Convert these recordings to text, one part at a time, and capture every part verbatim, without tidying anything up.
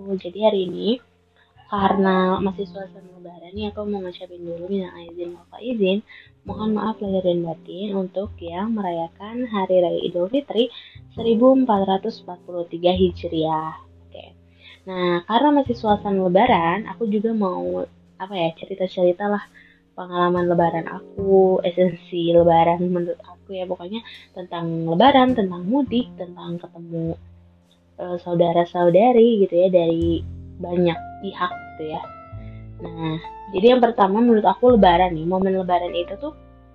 Jadi hari ini karena masih suasana lebaran nih aku mau ngucapin dulu minal aidin wal faizin. Mohon maaf lahir dan batin untuk yang merayakan Hari Raya Idul Fitri seribu empat ratus empat puluh tiga Hijriah. Oke. Nah, karena masih suasana lebaran, aku juga mau apa ya, cerita-cerita lah pengalaman lebaran aku, esensi lebaran menurut aku ya, pokoknya tentang lebaran, tentang mudik, tentang ketemu eh, saudara-saudari gitu ya dari banyak pihak gitu ya. Nah, jadi yang pertama menurut aku lebaran nih, momen lebaran itu tuh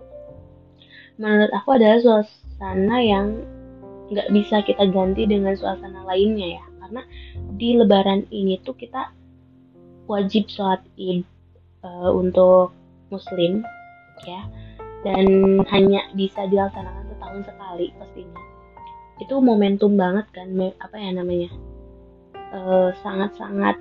menurut aku adalah suasana yang nggak bisa kita ganti dengan suasana lainnya ya. Karena di lebaran ini tuh kita wajib sholat id eh, untuk muslim ya, dan hanya bisa dilaksanakan setahun sekali pastinya. Itu momentum banget kan, apa ya namanya, eh, sangat-sangat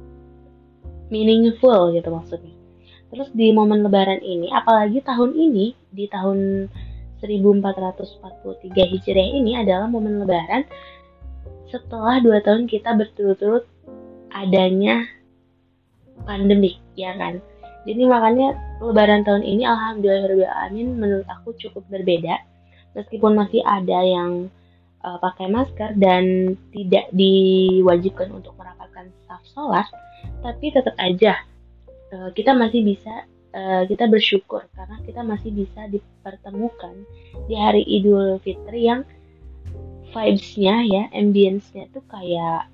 meaningful gitu maksudnya. Terus di momen lebaran ini, apalagi tahun ini, di tahun seribu empat ratus empat puluh tiga Hijriah ini adalah momen lebaran setelah dua tahun kita berturut-turut adanya pandemik, ya kan. Jadi makanya lebaran tahun ini alhamdulillahirobbilalamin menurut aku cukup berbeda. Meskipun masih ada yang uh, pakai masker dan tidak diwajibkan untuk merapatkan saf sholat, tapi tetap aja uh, kita masih bisa, uh, kita bersyukur karena kita masih bisa dipertemukan di hari Idul Fitri yang vibes-nya ya, ambience-nya tuh kayak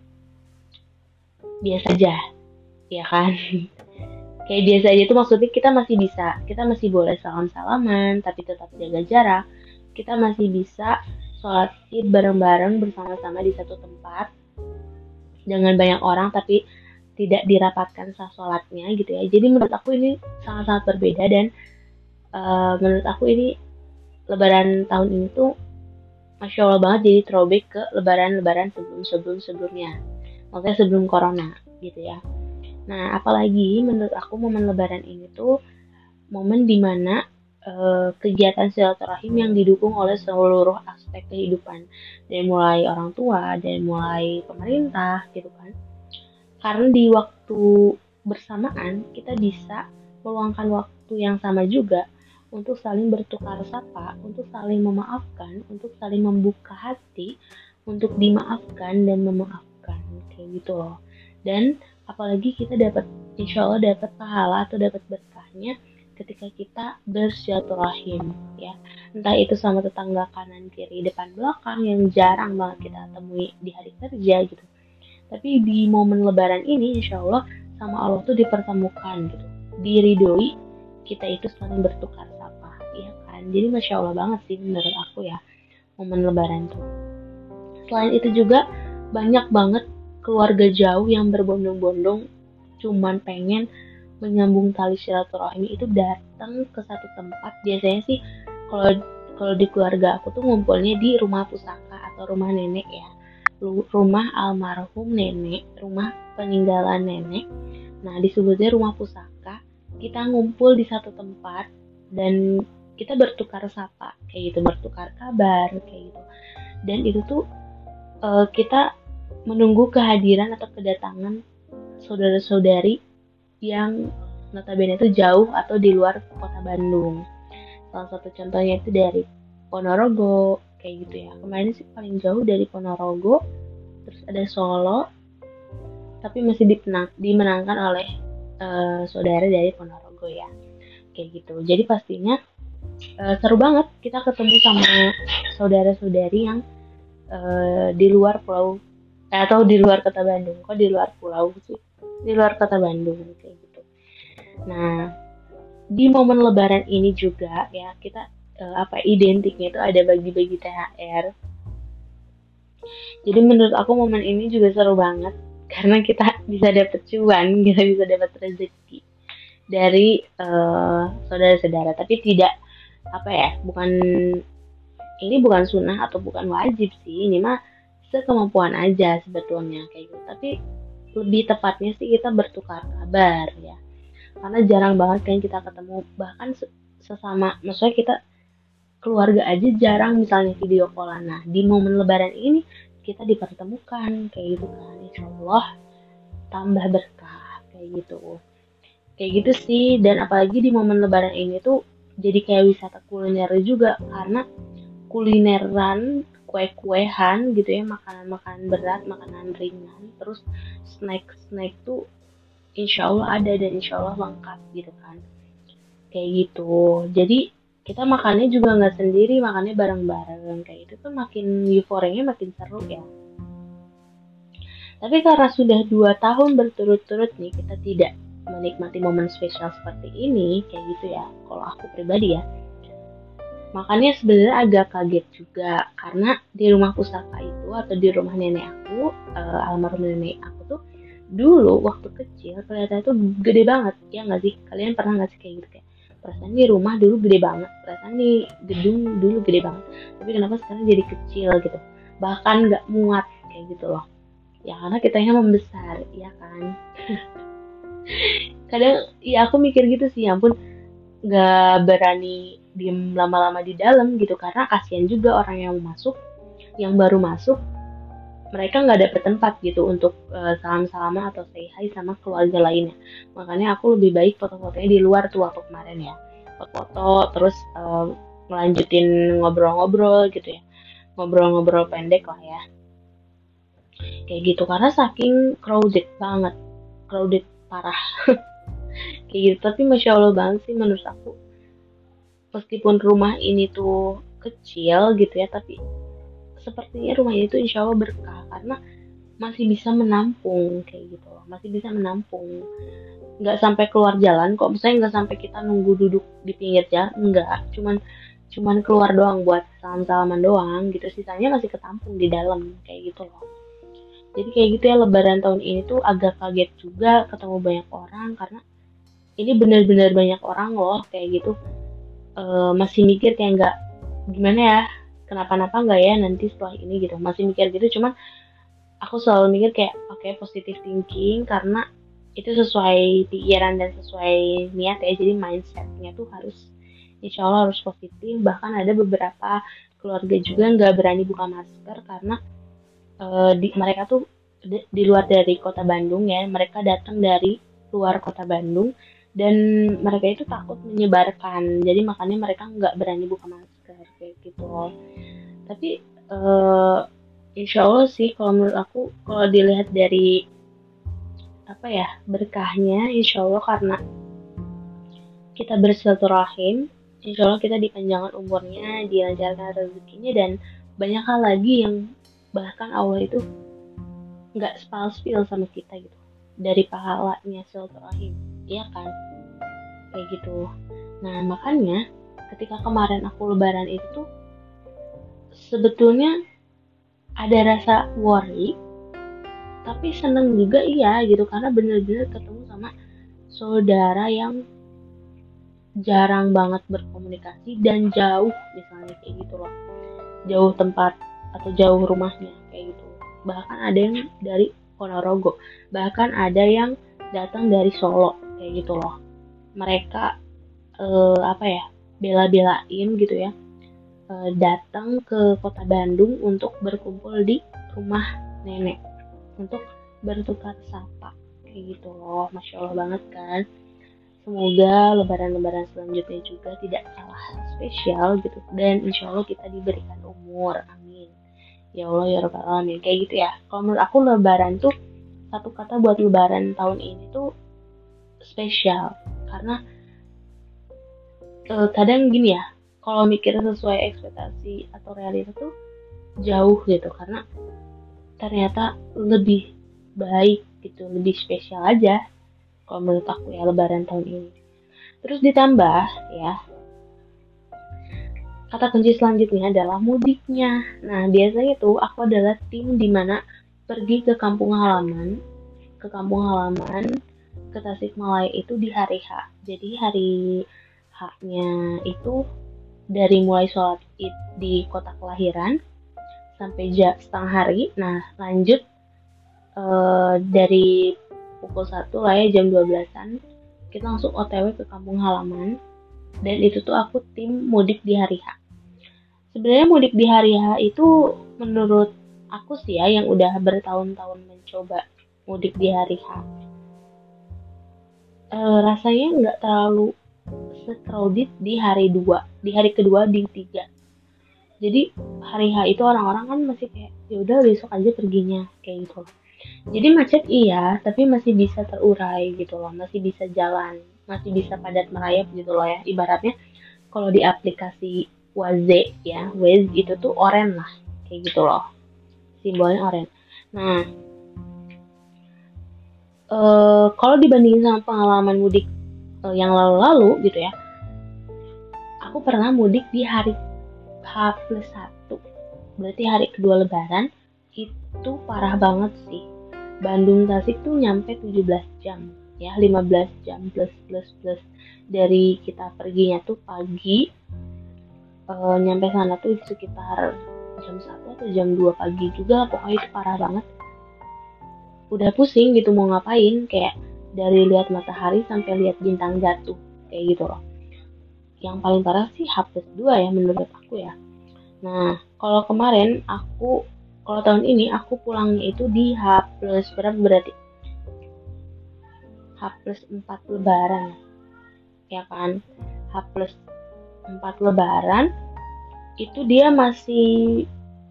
biasa aja, ya kan. Kayak biasa aja tuh maksudnya kita masih bisa, kita masih boleh salam-salaman tapi tetap jaga jarak. Kita masih bisa sholat id bareng-bareng bersama-sama di satu tempat dengan banyak orang tapi tidak dirapatkan sah sholatnya gitu ya. Jadi menurut aku ini sangat-sangat berbeda dan uh, menurut aku ini lebaran tahun ini tuh Masya Allah banget, jadi throwback ke lebaran-lebaran sebelum-sebelum sebelumnya. Maksudnya sebelum corona gitu ya. Nah, apalagi menurut aku momen lebaran ini tuh momen dimana uh, kegiatan silaturahim yang didukung oleh seluruh aspek kehidupan, dari mulai orang tua, dari mulai pemerintah gitu kan. Karena di waktu bersamaan kita bisa meluangkan waktu yang sama juga untuk saling bertukar sapa, untuk saling memaafkan, untuk saling membuka hati, untuk dimaafkan dan memaafkan kayak gitu loh. Dan apalagi kita dapat, insya Allah dapat pahala atau dapat berkahnya ketika kita bersilaturahim ya, entah itu sama tetangga kanan kiri depan belakang yang jarang banget kita temui di hari kerja gitu, tapi di momen lebaran ini insya Allah sama Allah tuh dipertemukan gitu, diridhoi, kita itu saling bertukar sapa ya kan. Jadi Masya Allah banget sih menurut aku ya momen lebaran tuh. Selain itu juga banyak banget keluarga jauh yang berbondong-bondong cuman pengen menyambung tali silaturahmi itu datang ke satu tempat. Biasanya sih kalau kalau di keluarga aku tuh ngumpulnya di rumah pusaka atau rumah nenek ya, rumah almarhum nenek, rumah peninggalan nenek. Nah disebutnya rumah pusaka. Kita ngumpul di satu tempat dan kita bertukar sapa kayak gitu, bertukar kabar kayak gitu. Dan itu tuh uh, kita menunggu kehadiran atau kedatangan saudara-saudari yang notabene itu jauh atau di luar kota Bandung. Salah satu contohnya itu dari Ponorogo kayak gitu ya. Kemarin sih paling jauh dari Ponorogo, terus ada Solo, tapi masih dipenang, dimenangkan oleh uh, saudara dari Ponorogo ya kayak gitu. Jadi pastinya uh, seru banget kita ketemu sama saudara-saudari yang uh, di luar pulau eh, atau di luar kota Bandung. Kok di luar pulau sih? Di luar kota Bandung kayak gitu. Nah, di momen lebaran ini juga ya kita uh, apa identiknya itu ada bagi-bagi T H R. Jadi menurut aku momen ini juga seru banget karena kita bisa dapet cuan, kita bisa dapat rezeki dari uh, saudara-saudara. Tapi tidak apa ya, bukan ini bukan sunnah atau bukan wajib sih, ini mah sekemampuan aja sebetulnya kayak gitu. Tapi lebih tepatnya sih kita bertukar kabar ya, karena jarang banget kan kita ketemu, bahkan sesama maksudnya kita keluarga aja jarang misalnya video callan. Nah di momen lebaran ini kita dipertemukan kayak gitu kan, insya Allah tambah berkah kayak gitu. Kayak gitu sih, dan apalagi di momen lebaran ini tuh jadi kayak wisata kuliner juga, karena kulineran, kue-kuehan gitu ya, makanan-makanan berat, makanan ringan, terus snack-snack tuh insya Allah ada dan insya Allah lengkap gitu kan. Kayak gitu. Jadi kita makannya juga nggak sendiri, makannya bareng-bareng kayak itu tuh makin euforianya makin seru ya. Tapi karena sudah dua tahun berturut-turut nih kita tidak menikmati momen spesial seperti ini, kayak gitu ya. Kalau aku pribadi ya, makanya sebenarnya agak kaget juga karena di rumah pusaka itu atau di rumah nenek aku, uh, almarhum nenek aku tuh dulu waktu kecil kelihatan itu gede banget, ya nggak sih? Kalian pernah nggak sih kayak gitu, kayak perasaan nih rumah dulu gede banget, perasaan nih gedung dulu gede banget, tapi kenapa sekarang jadi kecil gitu, bahkan nggak muat kayak gitu loh. Ya karena kitanya membesar, ya kan? Kadang ya aku mikir gitu sih, ya ampun, nggak berani diem lama-lama di dalam gitu karena kasihan juga orang yang masuk, yang baru masuk, mereka nggak dapet tempat gitu untuk uh, salam-salaman atau say hi sama keluarga lainnya. Makanya aku lebih baik foto-fotonya di luar tuh waktu kemarin ya, foto-foto terus uh, ngelanjutin ngobrol-ngobrol gitu ya, ngobrol-ngobrol pendek lah ya, kayak gitu karena saking crowded banget, crowded parah. Kayak gitu. Tapi masya Allah banget sih menurut aku, meskipun rumah ini tuh kecil gitu ya, tapi sepertinya rumahnya itu insya Allah berkah karena masih bisa menampung kayak gitu loh, masih bisa menampung, nggak sampai keluar jalan kok, misalnya nggak sampai kita nunggu duduk di pinggir jalan, enggak, cuman cuman keluar doang buat salam-salaman doang gitu, sisanya masih ketampung di dalam kayak gitu loh. Jadi kayak gitu ya, lebaran tahun ini tuh agak kaget juga ketemu banyak orang karena ini benar-benar banyak orang loh kayak gitu. E, masih mikir kayak nggak gimana ya, kenapa-napa nggak ya nanti setelah ini gitu, masih mikir gitu. Cuman aku selalu mikir kayak oke, okay, positive thinking karena itu sesuai pikiran dan sesuai niat ya, jadi mindsetnya tuh harus insya Allah harus positif. Bahkan ada beberapa keluarga juga nggak berani buka masker karena uh, di, mereka tuh di, di luar dari kota Bandung ya, mereka datang dari luar kota Bandung dan mereka itu takut menyebarkan, jadi makanya mereka nggak berani buka masker kayak gitu loh. Tapi uh, insya Allah sih kalau menurut aku, kalau dilihat dari apa ya berkahnya, insya Allah karena kita bersilaturahim, insya Allah kita dipanjangkan umurnya, dilancarkan rezekinya, dan banyak hal lagi yang bahkan Allah itu nggak spal-spil sama kita gitu dari pahalanya silaturahim, ya kan, kayak gitu. Nah makanya ketika kemarin aku lebaran itu sebetulnya ada rasa worry tapi seneng juga iya gitu, karena bener-bener ketemu sama saudara yang jarang banget berkomunikasi dan jauh, misalnya kayak gitu loh, jauh tempat atau jauh rumahnya kayak gitu. Bahkan ada yang dari Ponorogo, bahkan ada yang datang dari Solo kayak gitu loh. Mereka eh, apa ya bela-belain gitu ya, eh, datang ke kota Bandung untuk berkumpul di rumah nenek untuk bertukar sapa kayak gitu loh. Masya Allah banget kan. Semoga lebaran-lebaran selanjutnya juga tidak kalah spesial gitu, dan insya Allah kita diberikan umur, amin ya Allah ya Rabbal Alamin, kayak gitu ya. Kalau menurut aku lebaran tuh, satu kata buat lebaran tahun ini tuh spesial karena eh, kadang gini ya, kalau mikir sesuai ekspektasi atau realita tuh jauh gitu, karena ternyata lebih baik gitu, lebih spesial aja kalau menurut aku ya lebaran tahun ini. Terus ditambah ya, kata kunci selanjutnya adalah mudiknya. Nah biasanya tuh aku adalah tim dimana pergi ke kampung halaman, ke kampung halaman ke Tasikmalaya itu di hari H. Jadi hari H-nya itu dari mulai sholat id di kota kelahiran sampai jam setengah hari. Nah lanjut uh, dari pukul satu lah ya, jam dua belasan kita langsung O T W ke kampung halaman, dan itu tuh aku tim mudik di hari H. Sebenarnya mudik di hari H itu menurut aku sih ya, yang udah bertahun-tahun mencoba mudik di hari H. E, rasanya nggak terlalu se-crowded di hari dua, di hari kedua, di tiga. Jadi hari H itu orang-orang kan masih kayak ya udah besok aja perginya kayak gitu. Jadi macet iya, tapi masih bisa terurai gitu loh, masih bisa jalan, masih bisa padat merayap gitu loh ya. Ibaratnya kalau di aplikasi Waze ya, Waze itu tuh oren lah, kayak gitu loh, simbolnya oren. Nah, eh, kalau dibandingin sama pengalaman mudik eh, yang lalu-lalu gitu ya, aku pernah mudik di hari H plus satu, berarti hari kedua lebaran, itu parah banget sih. Bandung Tasik tuh nyampe tujuh belas jam ya, lima belas jam plus plus plus dari kita perginya tuh pagi, eh, nyampe sana tuh sekitar jam satu atau jam dua pagi juga, pokoknya itu parah banget. Udah pusing gitu mau ngapain, kayak dari lihat matahari sampai lihat bintang jatuh kayak gitu loh. Yang paling parah sih H plus dua ya menurut aku ya. Nah, kalau kemarin aku, kalau tahun ini aku pulangnya itu di H plus berapa berarti? H plus empat lebaran, ya kan? H plus empat lebaran, itu dia masih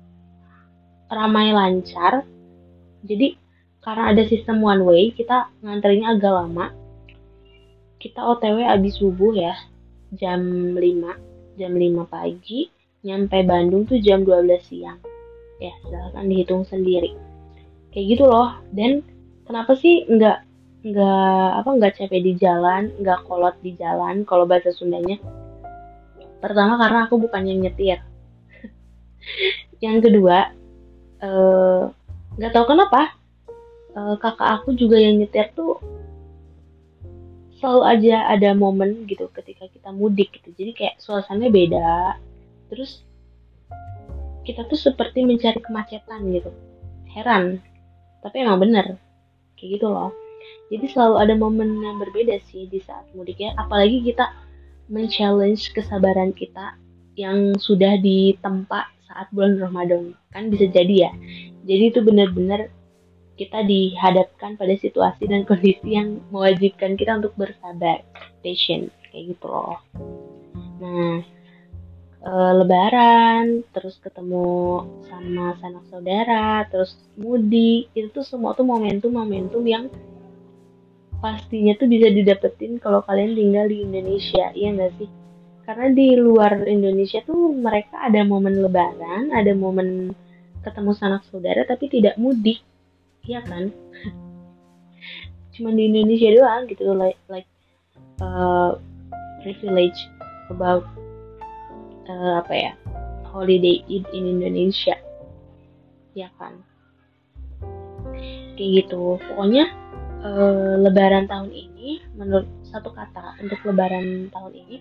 ramai lancar. Jadi, karena ada sistem one way, kita nganterinnya agak lama. Kita O T W abis subuh ya, jam lima, jam lima pagi, nyampe Bandung tuh jam dua belas siang. Ya, silahkan dihitung sendiri. Kayak gitu loh. Dan kenapa sih nggak nggak apa nggak capek di jalan, nggak kolot di jalan kalau bahasa Sundanya? Pertama karena aku bukan yang nyetir. Yang kedua, eh, nggak tahu kenapa eh, kakak aku juga yang nyetir tuh selalu aja ada momen gitu ketika kita mudik gitu. Jadi kayak suasananya beda. Terus kita tuh seperti mencari kemacetan gitu. Heran, tapi emang bener kayak gitu loh. Jadi selalu ada momen yang berbeda sih di saat mudik ya. Apalagi kita men-challenge kesabaran kita yang sudah ditempa saat bulan Ramadan. Kan bisa jadi ya. Jadi itu benar-benar kita dihadapkan pada situasi dan kondisi yang mewajibkan kita untuk bersabar, patient, kayak gitu loh. Nah, e, lebaran, terus ketemu sama sanak saudara, terus mudik, itu tuh semua tuh momentum-momentum yang pastinya tuh bisa didapetin kalau kalian tinggal di Indonesia, iya nggak sih? Karena di luar Indonesia tuh mereka ada momen lebaran, ada momen ketemu sanak saudara tapi tidak mudik, iya kan? Cuma di Indonesia doang gitu, like like uh, privilege about uh, apa ya, holiday in Indonesia, ya kan? Kayak gitu. Pokoknya uh, Lebaran tahun ini, menurut satu kata untuk Lebaran tahun ini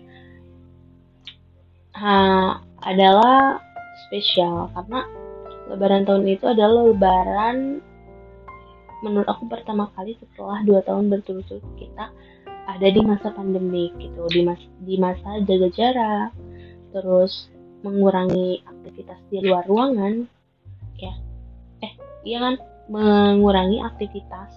uh, adalah spesial karena Lebaran tahun itu adalah Lebaran menurut aku pertama kali setelah dua tahun berturut-turut kita ada di masa pandemi gitu, di mas di masa jaga jarak, terus mengurangi aktivitas di luar ruangan, ya, eh iya kan, mengurangi aktivitas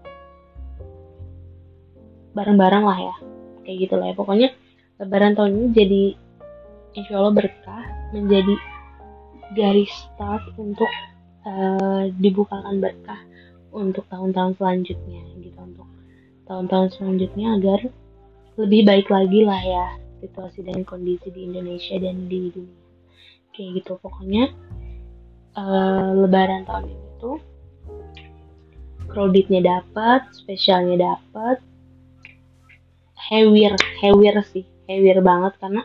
bareng-bareng lah ya, kayak gitu lah ya. Pokoknya Lebaran tahun ini jadi insya Allah berkah, menjadi garis start untuk uh, dibukakan berkah untuk tahun-tahun selanjutnya gitu, untuk tahun-tahun selanjutnya agar lebih baik lagi lah ya situasi dan kondisi di Indonesia dan di dunia kayak gitu. Pokoknya uh, Lebaran tahun ini tuh crowdednya dapat, spesialnya dapat, heavier heavier sih heavier banget karena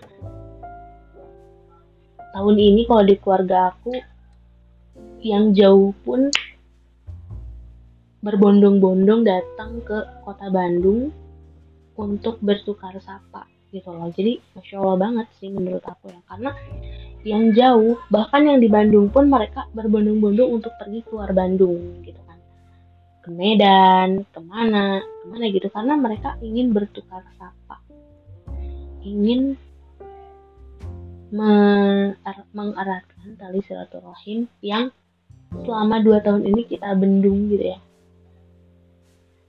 tahun ini kalau di keluarga aku yang jauh pun berbondong-bondong datang ke kota Bandung untuk bertukar sapa gitu loh. Jadi Masya Allah banget sih menurut aku ya, karena yang jauh, bahkan yang di Bandung pun mereka berbondong-bondong untuk pergi keluar Bandung gitu kan, ke Medan, kemana kemana gitu, karena mereka ingin bertukar sapa, ingin mengeratkan tali silaturahim yang selama dua tahun ini kita bendung gitu ya.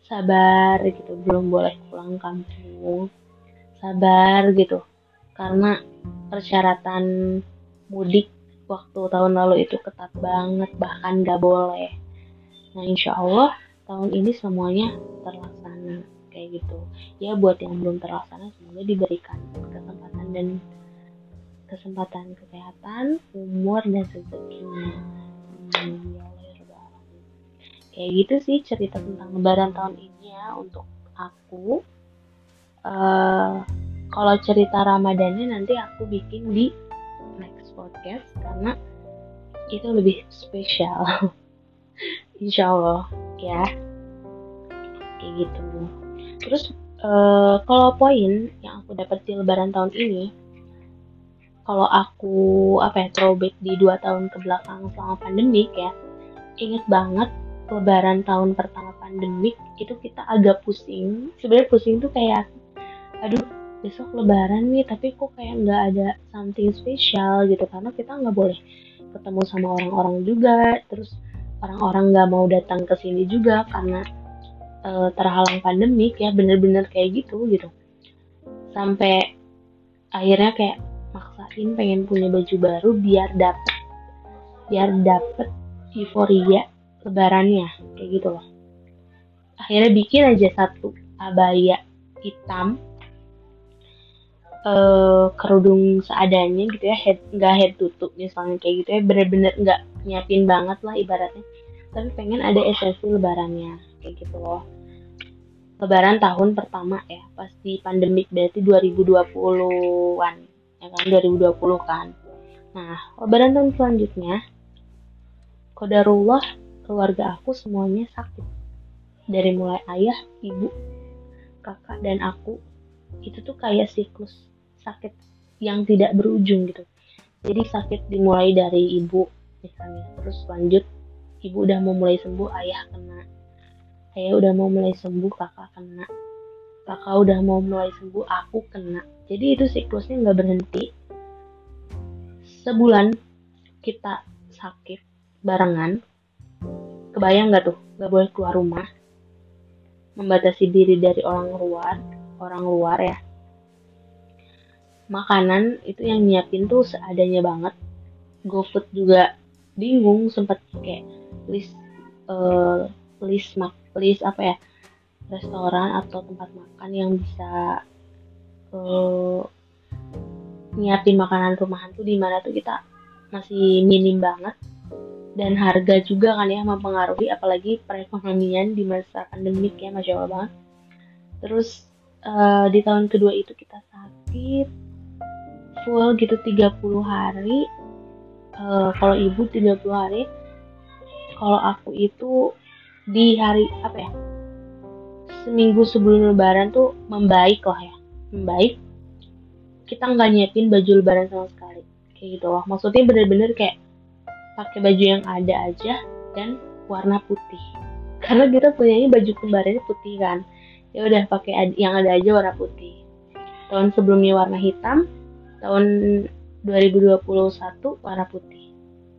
sabar gitu, belum boleh pulang kampung, sabar gitu, karena persyaratan mudik waktu tahun lalu itu ketat banget, bahkan gak boleh. Nah insya Allah tahun ini semuanya terlaksana kayak gitu. Ya buat yang belum terlaksana semoga diberikan kesempatan dan kesempatan kesehatan, umur dan rezekinya. Hmm, ya Allah ya Rabbal Alamin. Kayak gitu sih cerita tentang Lebaran tahun ini ya untuk aku. Eh kalau cerita Ramadannya nanti aku bikin di next podcast karena itu lebih spesial. Insya Allah ya kayak gitu. Terus uh, kalau poin yang aku dapat di Lebaran tahun ini, kalau aku apa ya throwback di dua tahun ke belakang selama pandemik ya, inget banget Lebaran tahun pertama pandemik itu kita agak pusing. Sebenarnya pusing tuh kayak, aduh besok Lebaran nih, tapi kok kayak nggak ada something spesial gitu karena kita nggak boleh ketemu sama orang-orang juga, terus orang-orang nggak mau datang ke sini juga karena uh, terhalang pandemik ya, bener-bener kayak gitu gitu. Sampai akhirnya kayak maksain pengen punya baju baru biar dapet biar dapet euforia Lebarannya kayak gitu loh. Akhirnya bikin aja satu abaya hitam, uh, kerudung seadanya gitu ya, head nggak head tutup misalnya kayak gitu ya, bener-bener nggak nyiapin banget lah ibaratnya, tapi pengen ada esensi Lebarannya kayak gitu loh. Lebaran tahun pertama ya, pas di pandemik berarti dua ribu dua puluhan ya kan, dua ribu dua puluh kan. Nah Lebaran tahun selanjutnya qadarullah keluarga aku semuanya sakit, dari mulai ayah, ibu, kakak dan aku. Itu tuh kayak siklus sakit yang tidak berujung gitu. Jadi sakit dimulai dari ibu misalnya, terus lanjut ibu udah mau mulai sembuh, ayah kena, ayah udah mau mulai sembuh, kakak kena, kakak udah mau mulai sembuh, aku kena. Jadi itu siklusnya nggak berhenti. Sebulan kita sakit barengan, kebayang nggak tuh, nggak boleh keluar rumah, membatasi diri dari orang luar, orang luar ya. Makanan itu yang nyiapin tuh seadanya banget. GoFood juga bingung, sempet kayak list uh, list mak list apa ya, restoran atau tempat makan yang bisa uh, nyiapin makanan rumahan tuh di mana tuh kita masih minim banget. Dan harga juga kan ya mempengaruhi, apalagi perekonomian di masa pandemik ya, Masya Allah banget. Terus uh, di tahun kedua itu kita sakit full gitu tiga puluh hari. Uh, kalau ibu tiga puluh hari, kalau aku itu di hari apa ya, seminggu sebelum Lebaran tuh membaik lah ya, membaik. Kita nggak nyiapin baju Lebaran sama sekali, kayak gitu loh. Maksudnya bener-bener kayak pakai baju yang ada aja dan warna putih. Karena kita punyanya baju kembarannya putih kan. Ya udah pakai yang ada aja warna putih. Tahun sebelumnya warna hitam, tahun dua ribu dua puluh satu warna putih.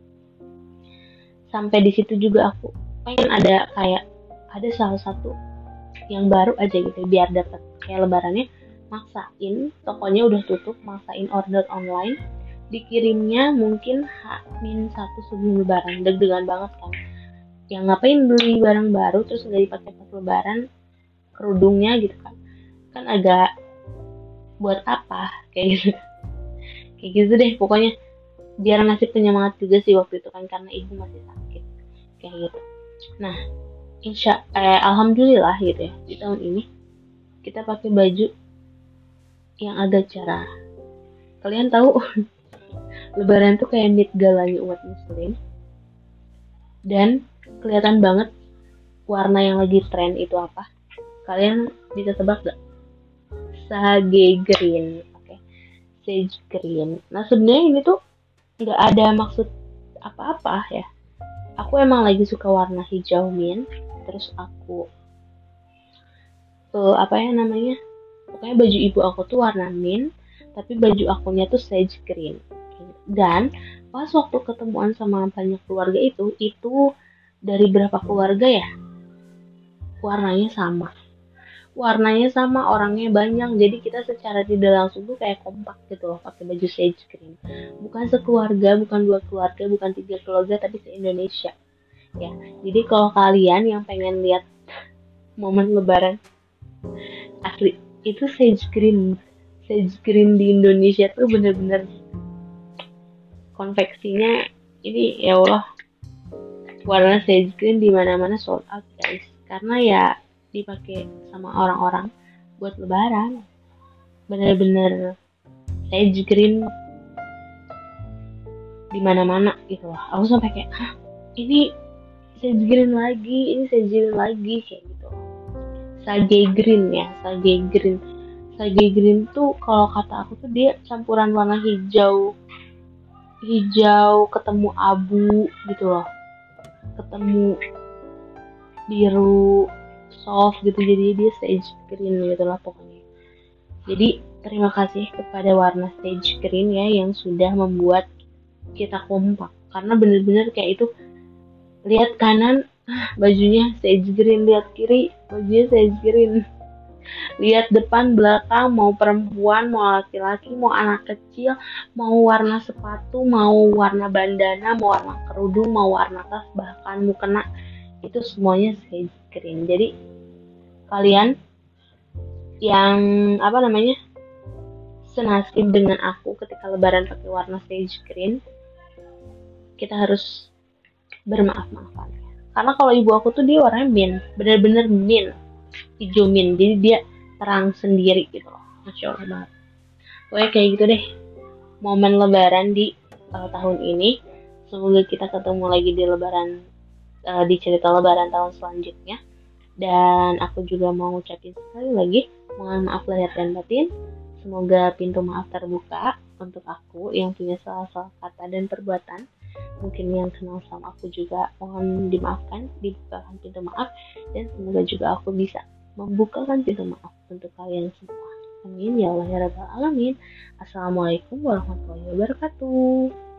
Sampai di situ juga aku pengen ada kayak ada salah satu yang baru aja gitu biar dapat kayak Lebarannya, maksain tokonya udah tutup, maksain order online, dikirimnya mungkin H minus satu sebelum Lebaran. Deg-degan banget kan, yang ngapain beli barang baru terus nggak dipakai pas Lebaran, kerudungnya gitu kan, kan agak buat apa kayak gitu. Kayak gitu deh pokoknya, biar ngasih penyemangat juga sih waktu itu kan, karena ibu masih sakit kayak gitu. Nah insya eh, alhamdulillah gitu ya, di tahun ini kita pakai baju yang agak cerah. Kalian tahu Lebaran tuh kayak mid galanya umat muslim, dan kelihatan banget warna yang lagi tren itu apa. Kalian bisa tebak gak? Sage green. Oke, okay. Sage green. Nah sebenarnya ini tuh nggak ada maksud apa-apa ya. Aku emang lagi suka warna hijau mint. Terus aku uh, apa ya namanya, pokoknya baju ibu aku tuh warna mint, tapi baju akunya tuh sage green. Dan pas waktu ketemuan sama banyak keluarga itu, itu dari berapa keluarga ya? warnanya sama. Warnanya sama, orangnya banyak, jadi kita secara tidak langsung tuh kayak kompak gitu loh pakai baju sage green. Bukan sekeluarga, bukan dua keluarga, bukan tiga keluarga, tapi se-Indonesia. Ya, jadi kalau kalian yang pengen lihat momen lebaran asli, itu sage green. Sage green di Indonesia tuh bener-bener konveksinya ini ya Allah, warna sage green di mana-mana sold out guys, karena ya dipakai sama orang-orang buat lebaran. Bener-bener sage green di mana-mana gitu loh. Aku sampai kayak, hah, ini sage green lagi, ini sage green lagi kayak gitu. Sage green ya, sage green. Sage green tuh kalau kata aku tuh dia campuran warna hijau, hijau ketemu abu gitu loh, ketemu biru soft gitu, jadi dia sage green gitu lah pokoknya. Jadi terima kasih kepada warna sage green ya yang sudah membuat kita kompak, karena bener-bener kayak itu, lihat kanan bajunya sage green, lihat kiri bajunya sage green, lihat depan belakang, mau perempuan mau laki-laki mau anak kecil, mau warna sepatu, mau warna bandana, mau warna kerudung, mau warna tas, bahkan mukena, itu semuanya sage green. Jadi kalian yang apa namanya senasib dengan aku ketika lebaran pakai warna sage green, kita harus bermaaf-maafan. Karena kalau ibu aku tuh dia warnanya mint, bener-bener mint, hijau mint, jadi dia terang sendiri gitu loh, masya Allah banget. Pokoknya kayak gitu deh momen lebaran di uh, tahun ini. Semoga kita ketemu lagi di lebaran, uh, di cerita lebaran tahun selanjutnya. Dan aku juga mau ngucapin sekali lagi mohon maaf lahir dan batin. Semoga pintu maaf terbuka untuk aku yang punya salah-salah kata dan perbuatan. Mungkin yang kenal sama aku juga mohon dimaafkan, dibukakan pintu maaf, dan semoga juga aku bisa membukakan pintu maaf untuk kalian semua. Amin ya Allah ya Rabbal Alamin. Assalamualaikum warahmatullahi wabarakatuh.